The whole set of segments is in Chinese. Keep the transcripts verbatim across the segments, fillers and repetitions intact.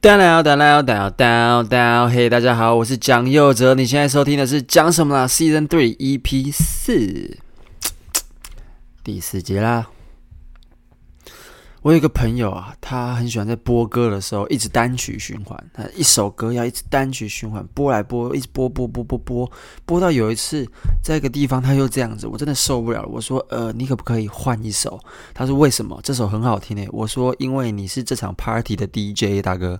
down down down down down down，嘿，大家好，我是蒋佑哲，你现在收听的是讲什么啦 ？Season Three E P 四，第四节啦。我有一个朋友啊，他很喜欢在播歌的时候一直单曲循环，他一首歌要一直单曲循环，播来播，一直播播播播播，播到有一次在一个地方他又这样子，我真的受不了了。我说，呃，你可不可以换一首？他说为什么？这首很好听诶。我说，因为你是这场 party 的 D J 大哥。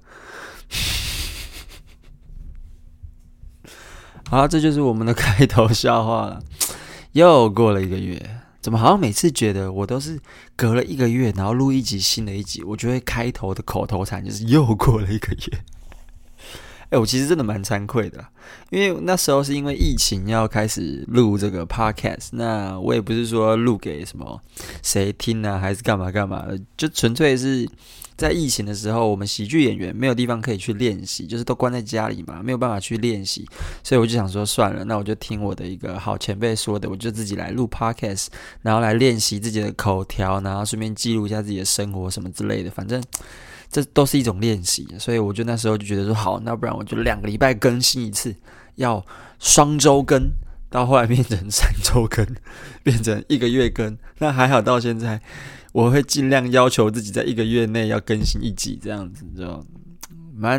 好，这就是我们的开头笑话了。又过了一个月。怎么好像每次觉得我都是隔了一个月，然后录一集新的一集，我就会开头的口头禅就是又过了一个月。哎，我其实真的蛮惭愧的啦，因为那时候是因为疫情要开始录这个 podcast， 那我也不是说录给什么谁听啊，还是干嘛干嘛的，就纯粹是在疫情的时候，我们喜剧演员没有地方可以去练习，就是都关在家里嘛，没有办法去练习，所以我就想说算了，那我就听我的一个好前辈说的，我就自己来录 podcast， 然后来练习自己的口条，然后顺便记录一下自己的生活什么之类的，反正这都是一种练习，所以我就那时候就觉得说好，那不然我就两个礼拜更新一次，要双周更，到后来变成三周更，变成一个月更，那还好到现在。我会尽量要求自己在一个月内要更新一集，这样子就蛮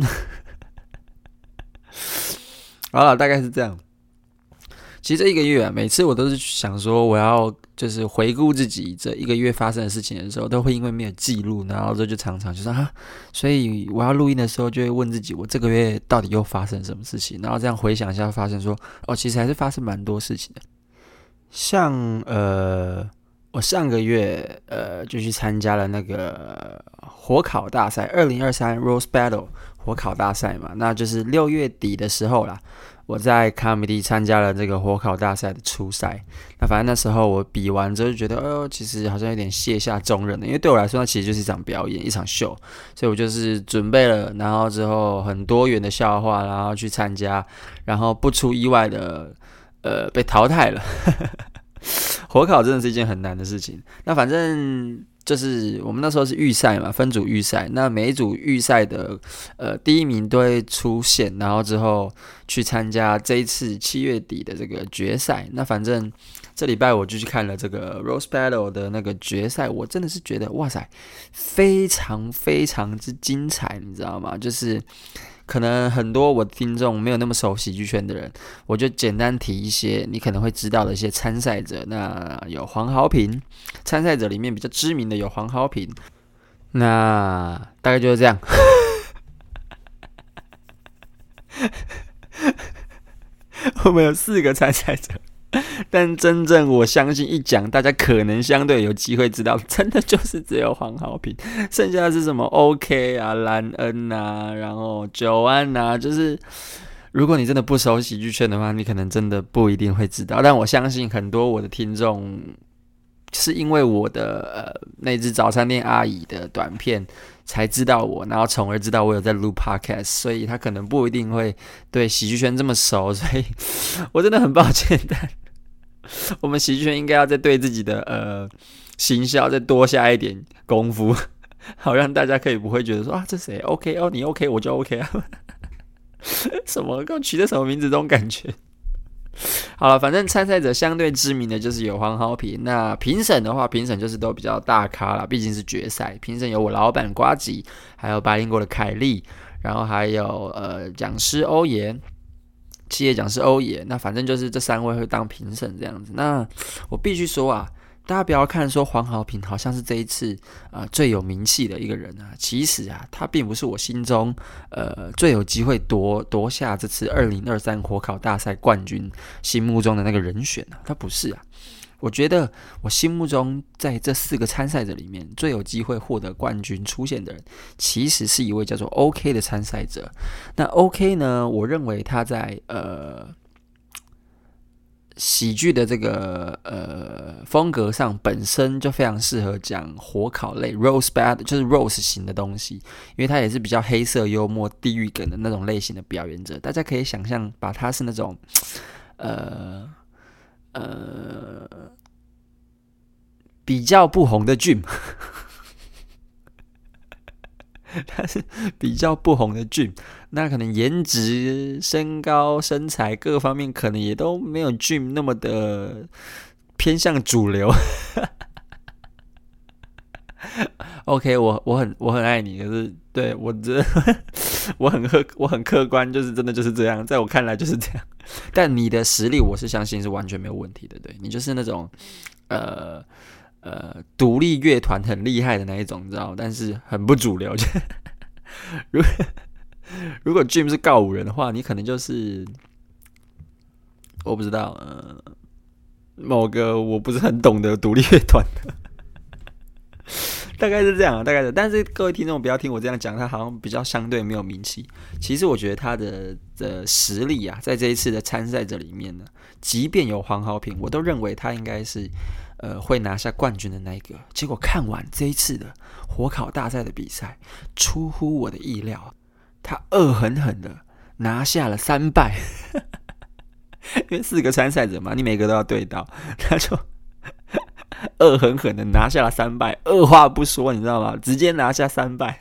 好了，大概是这样。其实这一个月啊，每次我都是想说，我要就是回顾自己这一个月发生的事情的时候，都会因为没有记录，然后这就常常就是啊，所以我要录音的时候就会问自己，我这个月到底又发生什么事情？然后这样回想一下，发现说，哦，其实还是发生蛮多事情的，像呃。我上个月呃就去参加了那个火烤大赛，二零二三 Roast Battle 火烤大赛嘛，那就是六月底的时候啦。我在 Comedy 参加了这个火烤大赛的初赛，那反正那时候我比完之后就觉得，哦，其实好像有点卸下重任了，因为对我来说，那其实就是一场表演，一场秀，所以我就是准备了，然后之后很多元的笑话，然后去参加，然后不出意外的，呃，被淘汰了。火烤真的是一件很难的事情。那反正就是我们那时候是预赛嘛，分组预赛。那每一组预赛的呃第一名都会出现，然后之后去参加这一次七月底的这个决赛。那反正这礼拜我就去看了这个 Roast Battle 的那个决赛，我真的是觉得哇塞，非常非常之精彩，你知道吗？就是。可能很多我的听众没有那么熟喜剧圈的人，我就简单提一些你可能会知道的一些参赛者。那有黄豪平，参赛者里面比较知名的有黄豪平，那大概就是这样。我们有四个参赛者。但真正我相信一讲，大家可能相对有机会知道，真的就是只有黄豪平，剩下的是什么 OK 啊、兰恩啊，然后九安啊，就是如果你真的不熟喜剧圈的话，你可能真的不一定会知道。但我相信很多我的听众是因为我的呃那只早餐店阿姨的短片才知道我，然后从而知道我有在录 podcast， 所以他可能不一定会对喜剧圈这么熟，所以我真的很抱歉，但我们喜剧圈应该要再对自己的呃行销再多下一点功夫，好让大家可以不会觉得说啊这谁 OK 哦你 OK 我就 OK 啊，什么给我取的什么名字这种感觉。好了，反正参赛者相对知名的就是有黄豪平，那评审的话，评审就是都比较大咖啦，毕竟是决赛，评审有我老板呱吉，还有百灵果的凯莉，然后还有呃讲师欧爷。企业讲师欧爷，那反正就是这三位会当评审这样子。那我必须说啊，大家不要看说黄豪平好像是这一次呃最有名气的一个人啊，其实啊，他并不是我心中呃最有机会夺夺下这次二零二三火烤大赛冠军心目中的那个人选啊，他不是啊。我觉得我心目中在这四个参赛者里面最有机会获得冠军出现的人，其实是一位叫做 OK 的参赛者。那 OK 呢，我认为他在呃喜剧的这个呃风格上本身就非常适合讲火烤类 roast battle， 就是 roast 型的东西，因为他也是比较黑色幽默、地狱梗的那种类型的表演者。大家可以想象，把他是那种呃。呃，比较不红的 Jim， 他是比较不红的 Jim， 那可能颜值、身高、身材各方面可能也都没有 Jim 那么的偏向主流。OK， 我我很我很爱你，可是对我这我很客我很客观，就是真的就是这样，在我看来就是这样。但你的实力，我是相信是完全没有问题的，对你就是那种呃呃独立乐团很厉害的那一种，你知道，但是很不主流。如果如果 Jim 是告五人的话，你可能就是我不知道，呃，某个我不是很懂的独立乐团。大概是这样，大概是，但是各位听众不要听我这样讲，他好像比较相对没有名气。其实我觉得他的的实力啊，在这一次的参赛者里面呢，即便有黄豪平，我都认为他应该是呃会拿下冠军的那一个。结果看完这一次的火烤大赛的比赛，出乎我的意料，他恶狠狠的拿下了三败，因为四个参赛者嘛，你每个都要对到，他就。恶狠狠的拿下了三败，二话不说，你知道吗？直接拿下三败，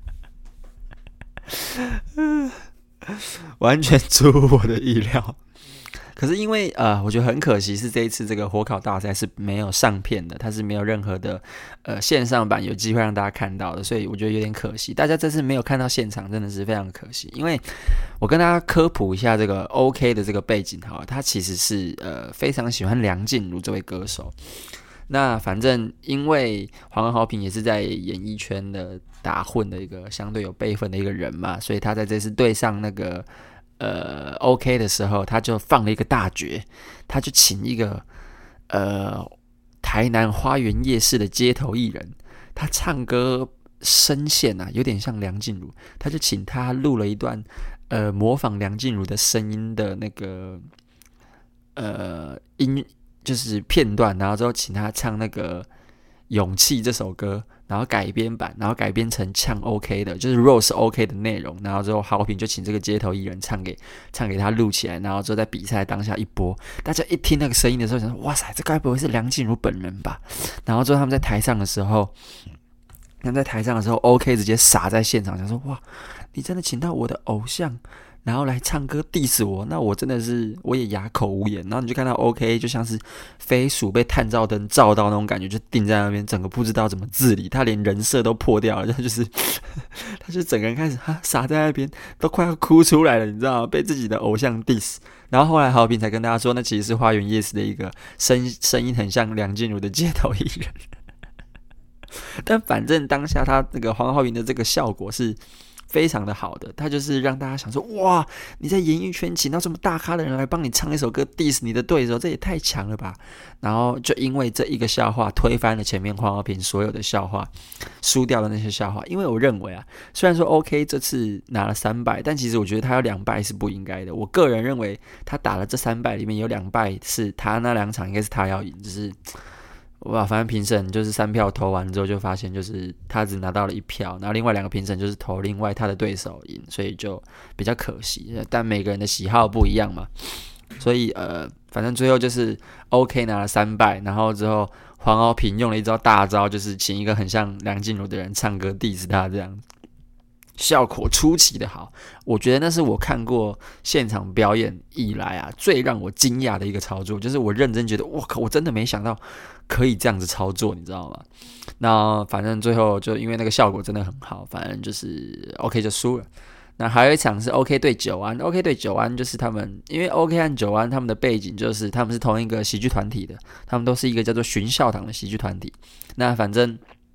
完全出乎我的意料。可是因为呃，我觉得很可惜是这一次这个火烤大赛是没有上片的，它是没有任何的呃线上版有机会让大家看到的，所以我觉得有点可惜。大家这次没有看到现场，真的是非常可惜。因为我跟大家科普一下这个 OK 的这个背景哈，他其实是呃非常喜欢梁静茹这位歌手。那反正因为黄豪平也是在演艺圈的打混的一个相对有辈分的一个人嘛，所以他在这次对上那个呃 OK 的时候，他就放了一个大绝，他就请一个呃台南花园夜市的街头艺人，他唱歌声线啊有点像梁静茹，他就请他录了一段呃模仿梁静茹的声音的那个呃音。就是片段，然后之后请他唱那个《勇气》这首歌，然后改编版，然后改编成唱 OK 的，就是 Rose OK 的内容，然后之后豪平就请这个街头艺人唱给唱给他录起来，然后之后在比赛当下一播，大家一听那个声音的时候，想说哇塞，这该不会是梁静茹本人吧？然后之后他们在台上的时候，他们在台上的时候 ，OK 直接傻在现场，想说哇，你真的请到我的偶像。然后来唱歌 diss 我，那我真的是我也哑口无言。然后你就看到 OK 就像是飞鼠被探照灯照到那种感觉，就定在那边，整个不知道怎么自理，他连人设都破掉了，他就是他就整个人开始哈傻在那边，都快要哭出来了，你知道吗？被自己的偶像 diss。然后后来豪平才跟大家说，那其实是花园夜市的一个声声音很像梁静茹的街头艺人。但反正当下他那个黄豪平的这个效果是非常的好的，他就是让大家想说，哇，你在演艺圈请到这么大咖的人来帮你唱一首歌 diss 你的对手，这也太强了吧。然后就因为这一个笑话推翻了前面黄豪平所有的笑话，输掉的那些笑话。因为我认为啊，虽然说 OK 这次拿了三败，但其实我觉得他有两败是不应该的。我个人认为他打了这三败里面有两败是他那两场应该是他要赢，只是哇，反正评审就是三票投完之后就发现，就是他只拿到了一票，然后另外两个评审就是投另外他的对手赢，所以就比较可惜。但每个人的喜好不一样嘛，所以呃，反正最后就是 OK 拿了三败，然后之后黄豪平用了一招大招，就是请一个很像梁静茹的人唱歌 diss 他这样。效果出奇的好，我觉得那是我看过现场表演以来啊最让我惊讶的一个操作，就是我认真觉得，我靠，我真的没想到可以这样子操作，你知道吗？那反正最后就因为那个效果真的很好，反正就是 OK 就输了。那还有一场是 OK 对九安 ，OK 对九安就是他们，因为 OK 和九安他们的背景就是他们是同一个喜剧团体的，他们都是一个叫做寻笑堂的喜剧团体。那反正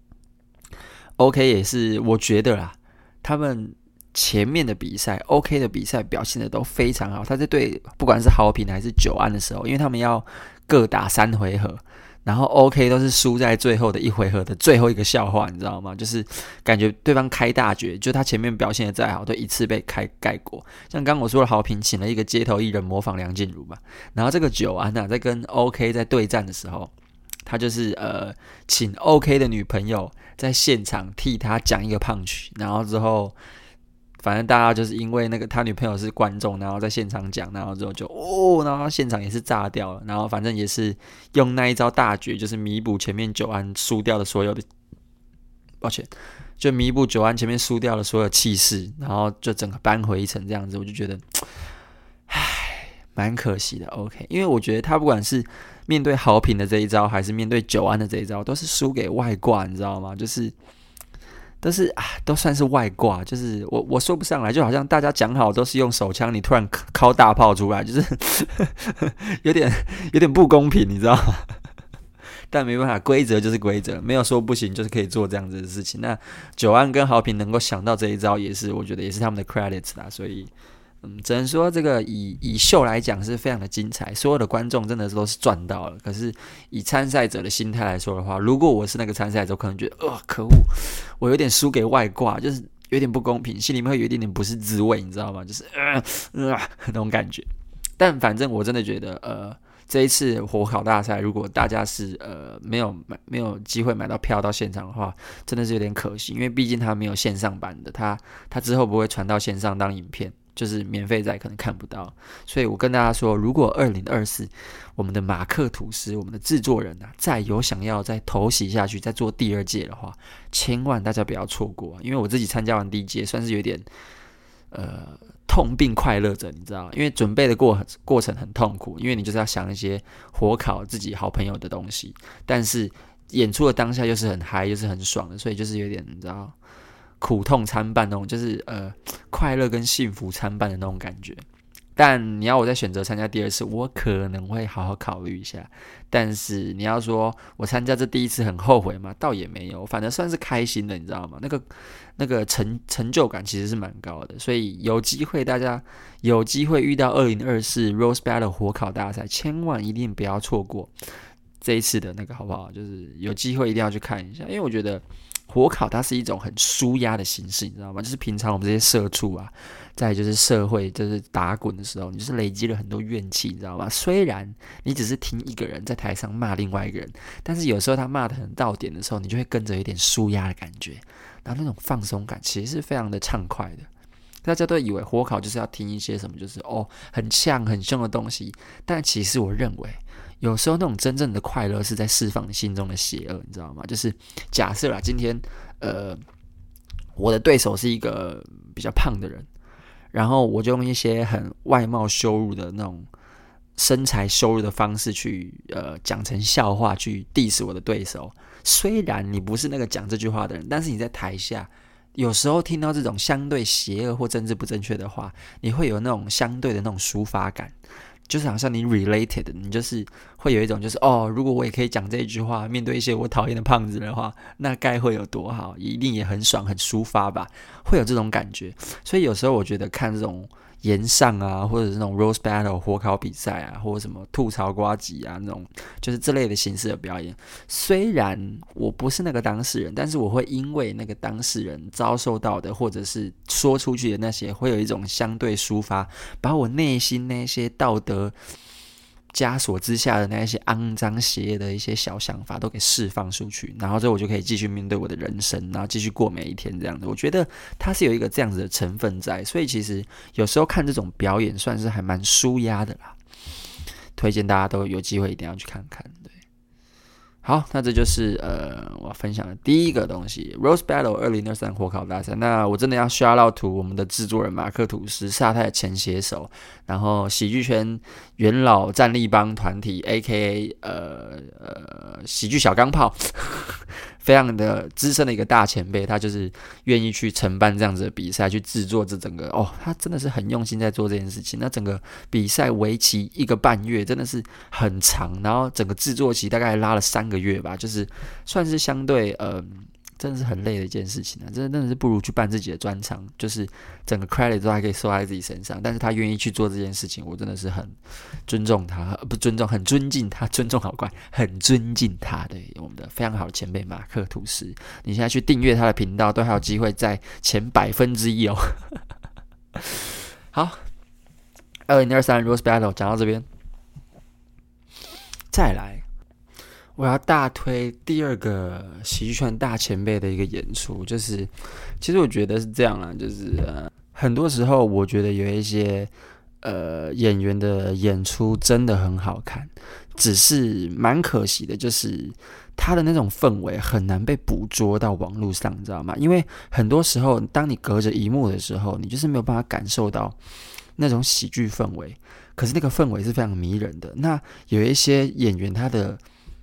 OK 也是，我觉得啦。他们前面的比赛 OK 的比赛表现的都非常好，他在对不管是豪平还是九安的时候，因为他们要各打三回合，然后 OK 都是输在最后的一回合的最后一个笑话，你知道吗？就是感觉对方开大绝，就他前面表现的再好，都一次被开盖过。像刚刚我说的豪平请了一个街头艺人模仿梁静茹嘛，然后这个九安啊，在跟 OK 在对战的时候，他就是呃请 OK 的女朋友在现场替他讲一个punch，然后之后反正大家就是因为那个他女朋友是观众，然后在现场讲，然后之后就哦，然后现场也是炸掉了，然后反正也是用那一招大绝，就是弥补前面九安输掉的所有的，抱歉， 就弥补九安前面输掉的所有气势，然后就整个扳回一城这样子，我就觉得，唉，蛮可惜的。OK， 因为我觉得他不管是面对豪平的这一招，还是面对九安的这一招，都是输给外挂，你知道吗？就是。都是啊，都算是外挂，就是我我说不上来，就好像大家讲好都是用手枪，你突然敲大炮出来，就是有点有点不公平，你知道吗？但没办法，规则就是规则，没有说不行，就是可以做这样子的事情。那九安跟豪平能够想到这一招，也是我觉得也是他们的 credits 啦，所以。嗯，只能说这个以以秀来讲是非常的精彩，所有的观众真的都是赚到了。可是以参赛者的心态来说的话，如果我是那个参赛者，我可能觉得，呃，可恶，我有点输给外挂，就是有点不公平，心里面会有一点点不是滋味，你知道吗？就是呃呃那种感觉。但反正我真的觉得，呃，这一次火烤大赛，如果大家是呃没有买没有机会买到票到现场的话，真的是有点可惜，因为毕竟它没有线上版的，它它之后不会传到线上当影片。就是免费仔可能看不到，所以我跟大家说，如果二零二四我们的马克吐司，我们的制作人啊，再有想要再投袭下去，再做第二届的话，千万大家不要错过，因为我自己参加完第一届，算是有点呃痛并快乐着，你知道，因为准备的过过程很痛苦，因为你就是要想一些火烤自己好朋友的东西，但是演出的当下又是很嗨，又是很爽的，所以就是有点你知道。苦痛参半那种，就是呃快乐跟幸福参半的那种感觉。但你要我再选择参加第二次，我可能会好好考虑一下。但是你要说我参加这第一次很后悔吗？倒也没有，反正算是开心的，你知道吗？那个那个成成就感其实是蛮高的。所以有机会大家有机会遇到二零二四 Rose Battle 火烤大赛，千万一定不要错过这一次的那个好不好？就是有机会一定要去看一下，因为我觉得。火烤它是一种很舒压的形式，你知道吗？就是平常我们这些社畜啊，在就是社会就是打滚的时候，你就是累积了很多怨气，你知道吗？虽然你只是听一个人在台上骂另外一个人，但是有时候他骂得很到点的时候，你就会跟着有点舒压的感觉，然后那种放松感其实是非常的畅快的。大家都以为火烤就是要听一些什么，就是哦很呛很凶的东西，但其实我认为。有时候那种真正的快乐是在释放你心中的邪恶，你知道吗？就是假设啦，今天呃，我的对手是一个比较胖的人，然后我就用一些很外貌羞辱的那种身材羞辱的方式去呃讲成笑话去 diss 我的对手。虽然你不是那个讲这句话的人，但是你在台下。有时候听到这种相对邪恶或政治不正确的话，你会有那种相对的那种抒发感。就是好像你 related， 你就是会有一种就是哦，如果我也可以讲这一句话，面对一些我讨厌的胖子的话，那该会有多好，一定也很爽，很抒发吧，会有这种感觉。所以有时候我觉得看这种岩上啊，或者是那种 Rose Battle 火烤比赛啊，或者什么吐槽呱吉啊那种，就是这类的形式的表演。虽然我不是那个当事人，但是我会因为那个当事人遭受到的，或者是说出去的那些，会有一种相对抒发，把我内心那些道德枷锁之下的那些肮脏邪恶的一些小想法都给释放出去，然后之后我就可以继续面对我的人生，然后继续过每一天这样子。我觉得它是有一个这样子的成分在，所以其实有时候看这种表演算是还蛮舒压的啦，推荐大家都有机会一定要去看看。对，好，那这就是呃我分享的第一个东西 ，Rose Battle 二零二三火烤大赛。那我真的要 shout out to 我们的制作人马克吐司，萨泰的前写手，然后喜剧圈元老战力帮团体 ，A K A 呃呃喜剧小钢炮，非常的资深的一个大前辈，他就是愿意去承办这样子的比赛，去制作这整个哦，他真的是很用心在做这件事情。那整个比赛为期一个半月，真的是很长，然后整个制作期大概拉了三个月吧，就是算是相对呃。真的是很累的一件事情啊！真的真的是不如去办自己的专场，就是整个 credit 都还可以收在自己身上。但是他愿意去做这件事情，我真的是很尊重他，不尊重，很尊敬他，尊重好怪，很尊敬他。对，我们的非常好的前辈马克吐司，你现在去订阅他的频道，都还有机会在前百分之一哦。好，二零二三 Rose Battle 讲到这边，再来。我要大推第二个喜剧圈大前辈的一个演出，就是其实我觉得是这样啦，就是呃，很多时候我觉得有一些呃演员的演出真的很好看， 只是蛮可惜的，就是他的那种氛围很难被捕捉到网络上，你知道吗？因为很多时候，当你隔着荧幕的时候，你就是没有办法感受到那种喜剧氛围。可是那个氛围是非常迷人的。那有一些演员，他的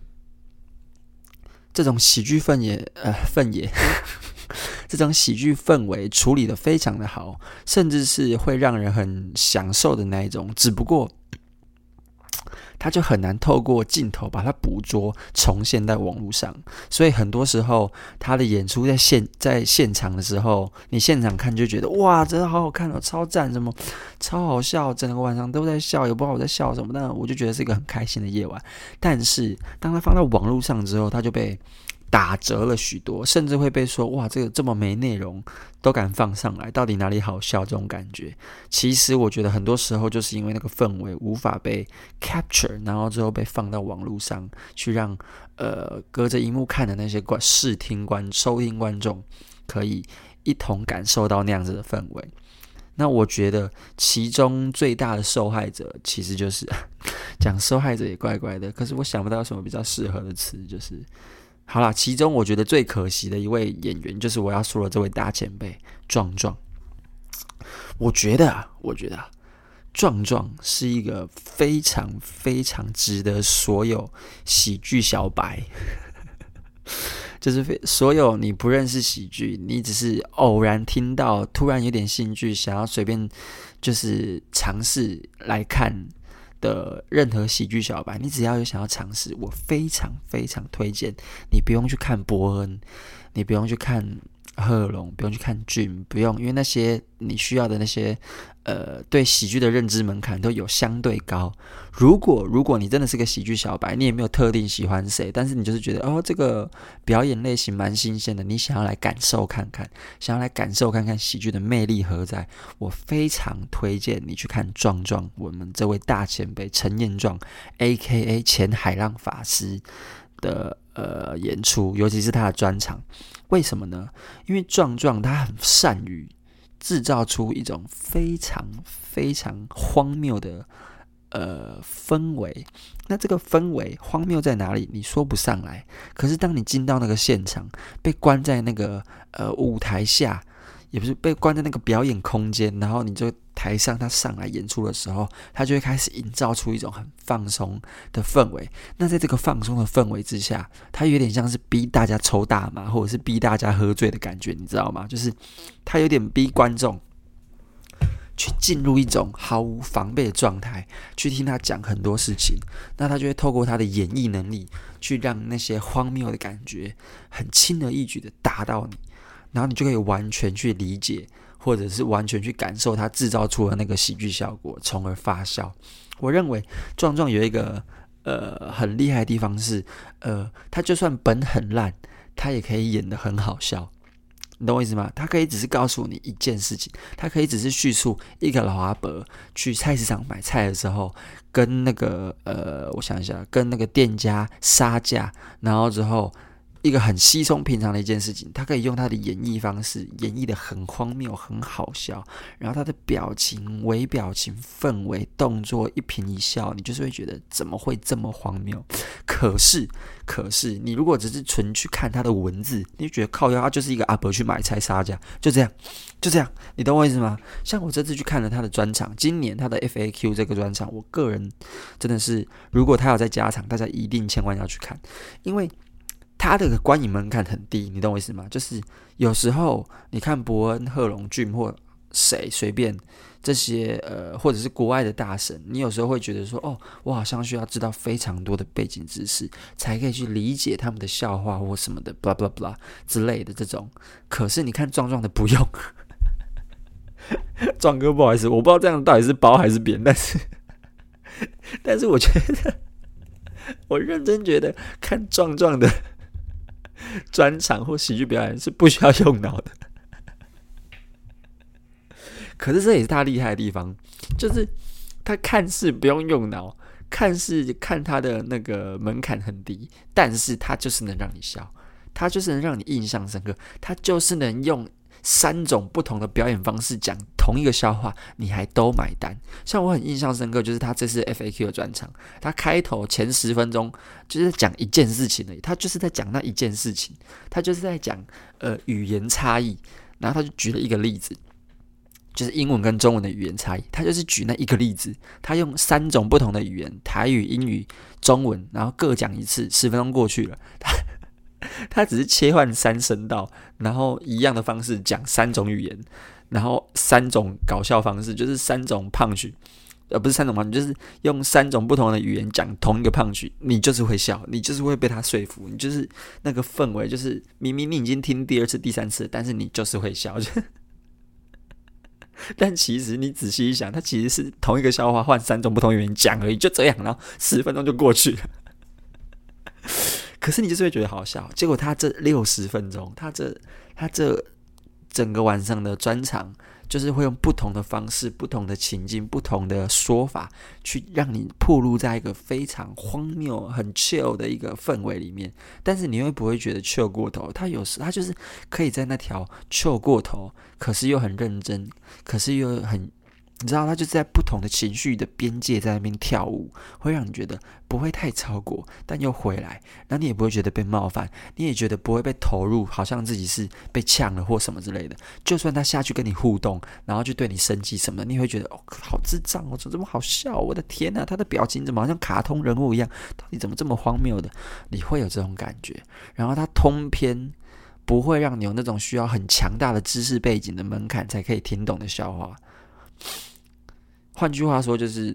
这种喜剧氛也呃氛也这种喜剧氛围处理得非常的好，甚至是会让人很享受的那一种。只不过他就很难透过镜头把它捕捉重现在网络上，所以很多时候他的演出在现在现场的时候，你现场看就觉得哇，真的好好看哦，超赞，什么超好笑，整个晚上都在笑，也不知道我在笑什么，但我就觉得是一个很开心的夜晚。但是当他放到网络上之后，他就被打折了许多，甚至会被说哇，这个这么没内容都敢放上来，到底哪里好笑？这种感觉，其实我觉得很多时候就是因为那个氛围无法被 capture， 然后之后被放到网络上去让，呃隔着荧幕看的那些观视听观收听观众可以一同感受到那样子的氛围。那我觉得其中最大的受害者其实就是讲受害者也怪怪的，可是我想不到什么比较适合的词，就是好啦，其中我觉得最可惜的一位演员就是我要说的这位大前辈壮壮。我觉得啊，我觉得啊，壮壮是一个非常非常值得所有喜剧小白，就是所有你不认识喜剧，你只是偶然听到，突然有点兴趣，想要随便就是尝试来看的任何喜剧小白，你只要有想要尝试，我非常非常推荐你不用去看伯恩，你不用去看贺龙，不用去看俊，不用，因为那些你需要的那些呃对喜剧的认知门槛都有相对高。如果如果你真的是个喜剧小白，你也没有特定喜欢谁，但是你就是觉得哦这个表演类型蛮新鲜的，你想要来感受看看，想要来感受看看喜剧的魅力何在，我非常推荐你去看壮壮，我们这位大前辈陈彦壮 A K A 前海浪法师的呃演出，尤其是他的专场。为什么呢？因为壮壮他很善于制造出一种非常非常荒谬的呃氛围。那这个氛围荒谬在哪里？你说不上来。可是当你进到那个现场，被关在那个呃舞台下，也不是被关在那个表演空间，然后你就台上他上来演出的时候，他就会开始营造出一种很放松的氛围。那在这个放松的氛围之下，他有点像是逼大家抽大麻，或者是逼大家喝醉的感觉，你知道吗？就是他有点逼观众去进入一种毫无防备的状态，去听他讲很多事情。那他就会透过他的演绎能力，去让那些荒谬的感觉很轻而易举的打到你，然后你就可以完全去理解，或者是完全去感受他制造出的那个喜剧效果，从而发笑。我认为壮壮有一个呃很厉害的地方是，呃，他就算本很烂，他也可以演得很好笑。你懂我意思吗？他可以只是告诉你一件事情，他可以只是叙述一个老阿伯去菜市场买菜的时候，跟那个呃，我想一下，跟那个店家杀价，然后之后一个很稀松平常的一件事情，他可以用他的演绎方式演绎的很荒谬很好笑，然后他的表情微表情氛围动作一颦一笑，你就是会觉得怎么会这么荒谬。可是可是你如果只是纯去看他的文字，你就觉得靠腰他就是一个阿伯去买菜杀价，就这样就这样，你懂我意思吗？像我这次去看了他的专场，今年他的 F A Q 这个专场，我个人真的是，如果他有在加场，大家一定千万要去看，因为他的观影门槛很低，你懂我意思吗？就是有时候你看伯恩、贺龙俊或谁随便这些呃，或者是国外的大神，你有时候会觉得说，哦，我好像需要知道非常多的背景知识，才可以去理解他们的笑话或什么的 ，blah blah blah 之类的这种。可是你看壮壮的不用，壮哥不好意思，我不知道这样到底是褒还是贬，但是但是我觉得，我认真觉得看壮壮的专场或喜剧表演是不需要用脑的，可是这也是他厉害的地方，就是他看似不用用脑，看似看他的那个门槛很低，但是他就是能让你笑，他就是能让你印象深刻，他就是能用三种不同的表演方式讲同一个笑话，你还都买单。像我很印象深刻，就是他这次 F A Q 的专场，他开头前十分钟就是在讲一件事情而已，他就是在讲那一件事情，他就是在讲呃语言差异，然后他就举了一个例子。就是英文跟中文的语言差异，他就是举那一个例子，他用三种不同的语言，台语、英语、中文，然后各讲一次，十分钟过去了，他他只是切换三声道，然后一样的方式讲三种语言，然后三种搞笑方式，就是三种胖曲，呃，不是三种胖曲，就是用三种不同的语言讲同一个胖曲，你就是会笑，你就是会被他说服，你就是那个氛围，就是明明你已经听第二次、第三次，但是你就是会笑。但其实你仔细一想，它其实是同一个笑话换三种不同语言讲而已，就这样，然后十分钟就过去了。可是你就是会觉得好笑，结果他这六十分钟，他这他这整个晚上的专场，就是会用不同的方式、不同的情境、不同的说法，去让你暴露在一个非常荒谬、很 chill 的一个氛围里面。但是你会不会觉得 chill 过头？他有时他就是可以在那条 chill 过头，可是又很认真，可是又很。你知道，他就是在不同的情绪的边界在那边跳舞，会让你觉得不会太超过，但又回来，然后你也不会觉得被冒犯，你也觉得不会被投入，好像自己是被呛了或什么之类的。就算他下去跟你互动，然后就对你生气什么的，你会觉得哦，好智障哦，怎么这么好笑？我的天哪，他的表情怎么好像卡通人物一样？到底怎么这么荒谬的？你会有这种感觉。然后他通篇不会让你有那种需要很强大的知识背景的门槛才可以听懂的笑话。换句话说，就是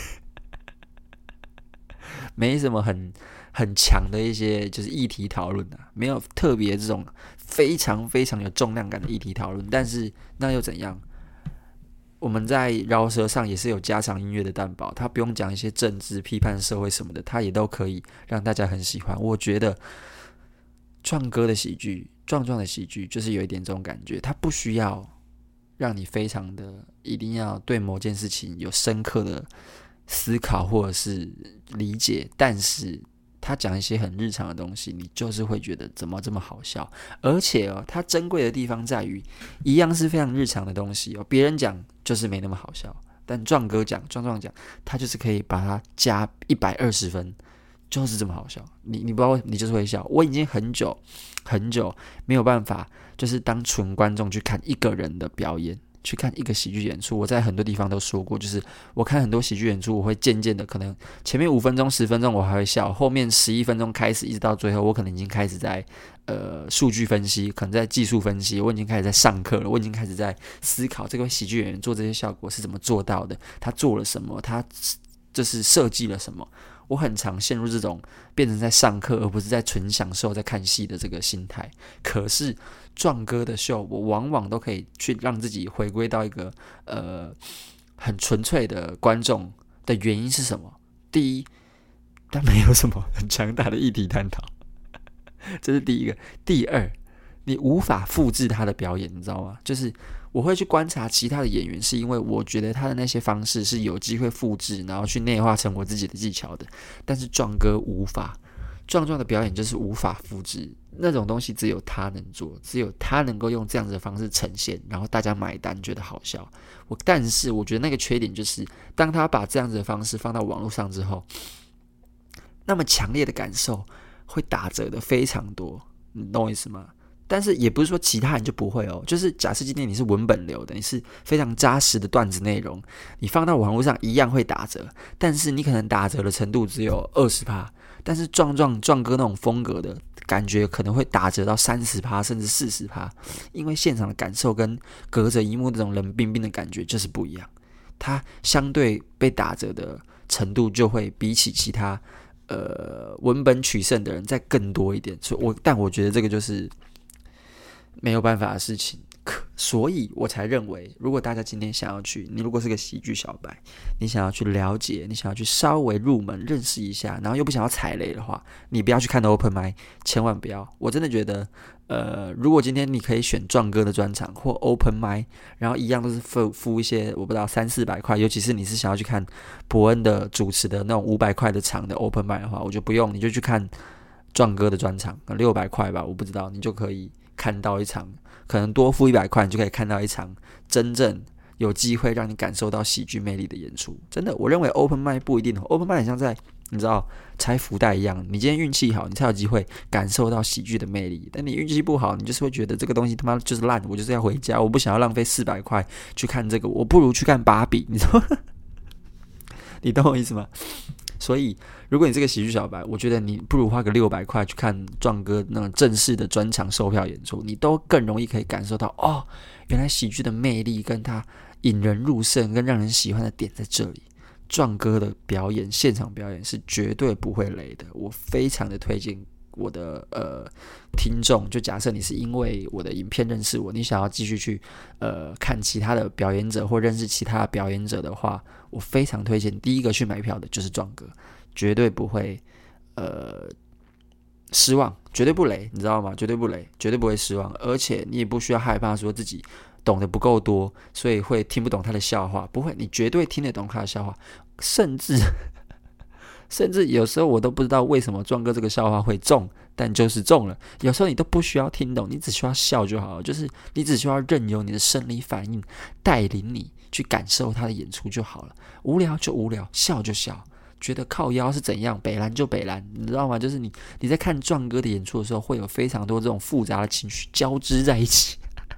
没什么很很强的一些就是议题讨论啊，没有特别这种非常非常有重量感的议题讨论。但是那又怎样？我们在饶舌上也是有家常音乐的担保，他不用讲一些政治、批判社会什么的，他也都可以让大家很喜欢。我觉得壮哥的喜剧、壮壮的喜剧就是有一点这种感觉，他不需要让你非常的一定要对某件事情有深刻的思考或者是理解，但是他讲一些很日常的东西，你就是会觉得怎么这么好笑。而且哦，他珍贵的地方在于，一样是非常日常的东西哦，别人讲就是没那么好笑，但壮哥讲、壮壮讲，他就是可以把它加一百二十分，就是这么好笑。你你不知道，你就是会笑。我已经很久很久没有办法，就是当纯观众去看一个人的表演，去看一个喜剧演出。我在很多地方都说过，就是我看很多喜剧演出，我会渐渐的，可能前面五分钟、十分钟我还会笑，后面十一分钟开始一直到最后，我可能已经开始在呃数据分析，可能在技术分析，我已经开始在上课了，我已经开始在思考这个喜剧演员做这些效果是怎么做到的，他做了什么，他就是设计了什么。我很常陷入这种变成在上课而不是在纯享受在看戏的这个心态。可是壮哥的秀，我往往都可以去让自己回归到一个呃很纯粹的观众的原因是什么？第一，他没有什么很强大的议题探讨，这是第一个。第二，你无法复制他的表演，你知道吗？就是我会去观察其他的演员，是因为我觉得他的那些方式是有机会复制，然后去内化成我自己的技巧的。但是壮哥无法，壮壮的表演就是无法复制，那种东西只有他能做，只有他能够用这样子的方式呈现，然后大家买单觉得好笑。我但是我觉得那个缺点就是，当他把这样子的方式放到网络上之后，那么强烈的感受会打折的非常多，你懂我意思吗？但是也不是说其他人就不会哦，就是假设今天你是文本流的，你是非常扎实的段子内容，你放到网络上一样会打折，但是你可能打折的程度只有 百分之二十， 但是壮壮壮哥那种风格的感觉可能会打折到 百分之三十 甚至 百分之四十， 因为现场的感受跟隔着荧幕那种冷冰冰的感觉就是不一样，它相对被打折的程度就会比起其他呃文本取胜的人再更多一点，所以我但我觉得这个就是没有办法的事情，所以我才认为，如果大家今天想要去，你如果是个喜剧小白，你想要去了解，你想要去稍微入门认识一下，然后又不想要踩雷的话，你不要去看 Open Mic， 千万不要。我真的觉得，呃，如果今天你可以选壮哥的专场或 Open Mic， 然后一样都是付付一些我不知道三四百块，尤其是你是想要去看伯恩的主持的那种五百块的场的 Open Mic 的话，我就不用，你就去看壮哥的专场，六百块吧，我不知道，你就可以看到一场可能多付一百块，你就可以看到一场真正有机会让你感受到喜剧魅力的演出。真的，我认为 open mic 不一定 ，open mic 很像在你知道拆福袋一样，你今天运气好，你才有机会感受到喜剧的魅力。但你运气不好，你就是会觉得这个东西他妈就是烂，我就是要回家，我不想要浪费四百块去看这个，我不如去看芭比，你知道吗？你懂我意思吗？所以，如果你是个喜剧小白，我觉得你不如花个六百块去看壮哥那种正式的专场售票演出，你都更容易可以感受到哦，原来喜剧的魅力跟它引人入胜跟让人喜欢的点在这里。壮哥的表演，现场表演是绝对不会雷的，我非常的推荐我的呃听众。就假设你是因为我的影片认识我，你想要继续去呃看其他的表演者或认识其他的表演者的话，我非常推荐第一个去买票的就是壮哥，绝对不会呃失望，绝对不雷，你知道吗？绝对不雷，绝对不会失望，而且你也不需要害怕说自己懂得不够多，所以会听不懂他的笑话。不会，你绝对听得懂他的笑话，甚至甚至有时候我都不知道为什么壮哥这个笑话会中，但就是中了。有时候你都不需要听懂，你只需要笑就好了，就是你只需要任由你的生理反应带领你去感受他的演出就好了。无聊就无聊，笑就笑。觉得靠腰是怎样，北蓝就北蓝，你知道吗？就是你你在看壮哥的演出的时候，会有非常多这种复杂的情绪交织在一起。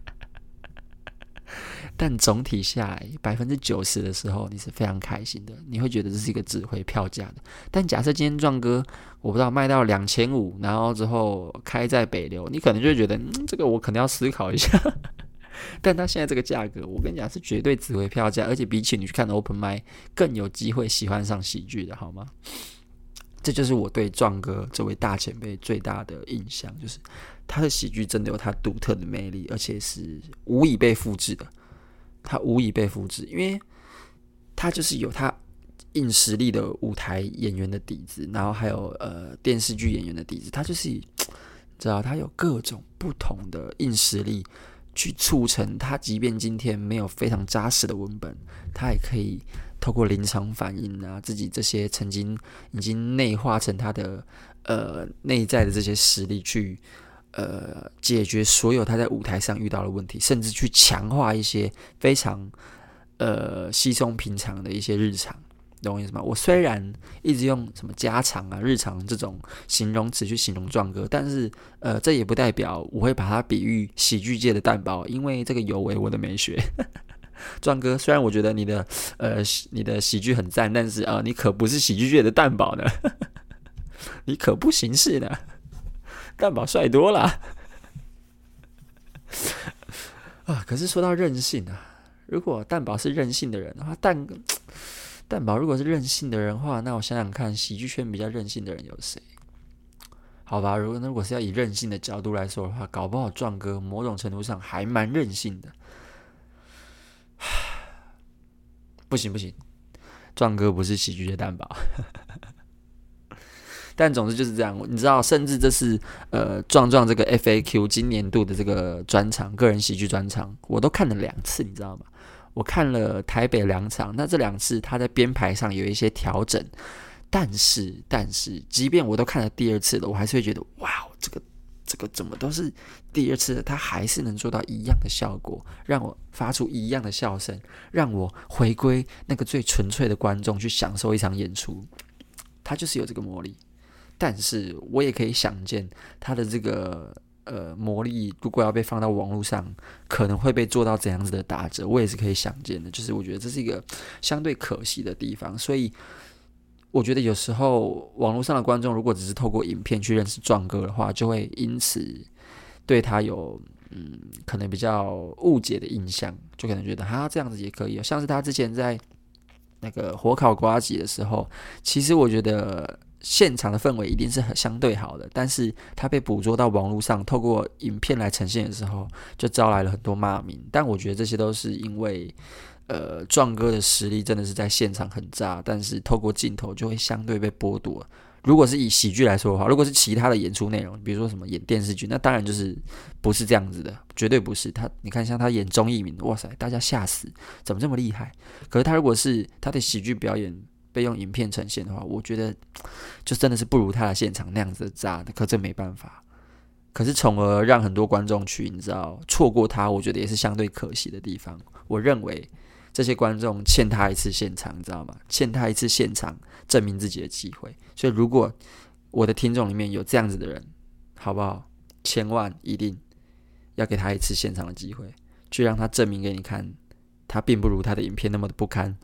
但总体下来，百分之九十的时候，你是非常开心的，你会觉得这是一个值回票价的。但假设今天壮哥，我不知道卖到两千五，然后之后开在北流，你可能就会觉得，嗯，这个我可能要思考一下。但他现在这个价格，我跟你讲是绝对值回票价，而且比起你去看 open mic 更有机会喜欢上喜剧的，好吗？这就是我对壮哥这位大前辈最大的印象，就是他的喜剧真的有他独特的魅力，而且是无以被复制的。他无以被复制，因为他就是有他硬实力的舞台演员的底子，然后还有呃电视剧演员的底子，他就是知道他有各种不同的硬实力去促成他，即便今天没有非常扎实的文本，他也可以透过临场反应啊，自己这些曾经已经内化成他的呃内在的这些实力去。呃，解决所有他在舞台上遇到的问题，甚至去强化一些非常呃稀松平常的一些日常，懂我意思吗？我虽然一直用什么家常啊、日常这种形容词去形容壮哥，但是呃，这也不代表我会把它比喻喜剧界的蛋堡，因为这个有违我的美学。壮哥，虽然我觉得你的呃你的喜剧很赞，但是啊、呃，你可不是喜剧界的蛋堡呢，你可不行事呢。蛋堡帅多了啊！可是说到任性啊，如果蛋堡是任性的人的话，蛋蛋堡如果是任性的人的话，那我想想看，喜剧圈比较任性的人有谁？好吧，如果如果是要以任性的角度来说的话，搞不好壮哥某种程度上还蛮任性的。不行不行，壮哥不是喜剧的蛋堡。但总之就是这样，你知道，甚至这是呃壮壮这个 F A Q 今年度的这个专场，个人喜剧专场，我都看了两次，你知道吗？我看了台北两场，那这两次他在编排上有一些调整，但是但是，即便我都看了第二次了，我还是会觉得，哇，这个这个怎么都是第二次了，他还是能做到一样的效果，让我发出一样的笑声，让我回归那个最纯粹的观众去享受一场演出，他就是有这个魔力。但是我也可以想见他的这个呃魔力，如果要被放到网络上，可能会被做到怎样子的打折，我也是可以想见的。就是我觉得这是一个相对可惜的地方，所以我觉得有时候网络上的观众如果只是透过影片去认识壮哥的话，就会因此对他有嗯可能比较误解的印象，就可能觉得哈这样子也可以，像是他之前在那个火烤呱吉的时候，其实我觉得。现场的氛围一定是很相对好的，但是他被捕捉到网络上，透过影片来呈现的时候，就招来了很多骂名。但我觉得这些都是因为，呃，壮哥的实力真的是在现场很炸，但是透过镜头就会相对被剥夺。如果是以喜剧来说的话，如果是其他的演出内容，比如说什么演电视剧，那当然就是不是这样子的，绝对不是。他你看，像他演综艺名，哇塞，大家吓死，怎么这么厉害？可是他如果是他的喜剧表演。被用影片呈现的话，我觉得就真的是不如他的现场那样子的炸的。可这没办法， 可是从而让很多观众去，你知道错过他，我觉得也是相对可惜的地方。我认为这些观众欠他一次现场，你知道吗？欠他一次现场证明自己的机会。所以如果我的听众里面有这样子的人，好不好？千万一定要给他一次现场的机会，去让他证明给你看，他并不如他的影片那么的不堪。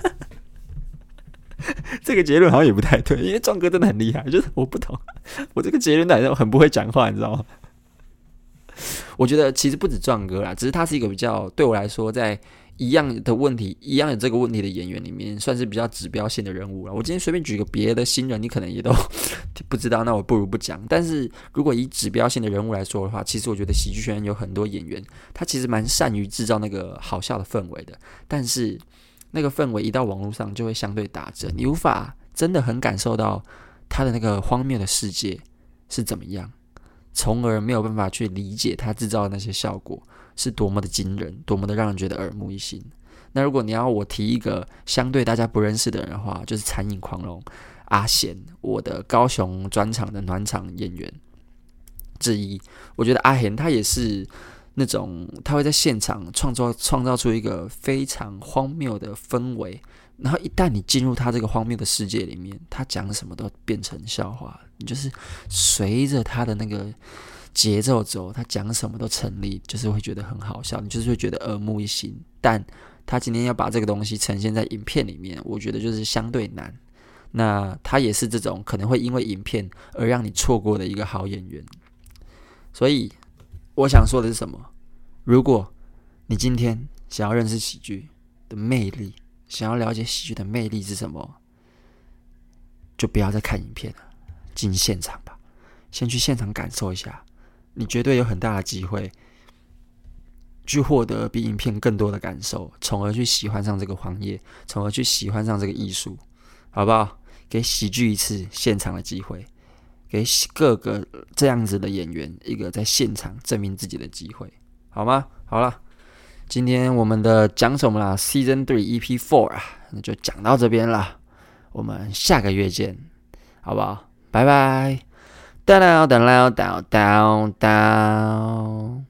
这个结论好像也不太对，因为壮哥真的很厉害，就是我不懂，我这个结论好像很不会讲话，你知道吗？我觉得其实不止壮哥啦，只是他是一个比较对我来说，在一样的问题、一样的这个问题的演员里面，算是比较指标性的人物了。我今天随便举个别的新人，你可能也都不知道，那我不如不讲。但是如果以指标性的人物来说的话，其实我觉得喜剧圈有很多演员，他其实蛮善于制造那个好笑的氛围的，但是那个氛围一到网络上就会相对打折，你无法真的很感受到他的那个荒谬的世界是怎么样，从而没有办法去理解他制造的那些效果是多么的惊人，多么的让人觉得耳目一新。那如果你要我提一个相对大家不认识的人的话，就是餐饮狂龙阿贤，我的高雄专场的暖场演员之一。我觉得阿贤他也是那种他会在现场创造创造出一个非常荒谬的氛围，然后一旦你进入他这个荒谬的世界里面，他讲什么都变成笑话，你就是随着他的那个节奏走，他讲什么都成立，就是会觉得很好笑，你就是会觉得耳目一新。但他今天要把这个东西呈现在影片里面，我觉得就是相对难。那他也是这种可能会因为影片而让你错过的一个好演员。所以我想说的是什么？如果你今天想要认识喜剧的魅力，想要了解喜剧的魅力是什么，就不要再看影片了，进现场吧，先去现场感受一下，你绝对有很大的机会去获得比影片更多的感受，从而去喜欢上这个行业，从而去喜欢上这个艺术，好不好？给喜剧一次现场的机会，给各个这样子的演员一个在现场证明自己的机会，好吗？好了，今天我们的讲什么啦 ？Season three E P four 啊，那就讲到这边啦，我们下个月见，好不好？拜拜。down down down down down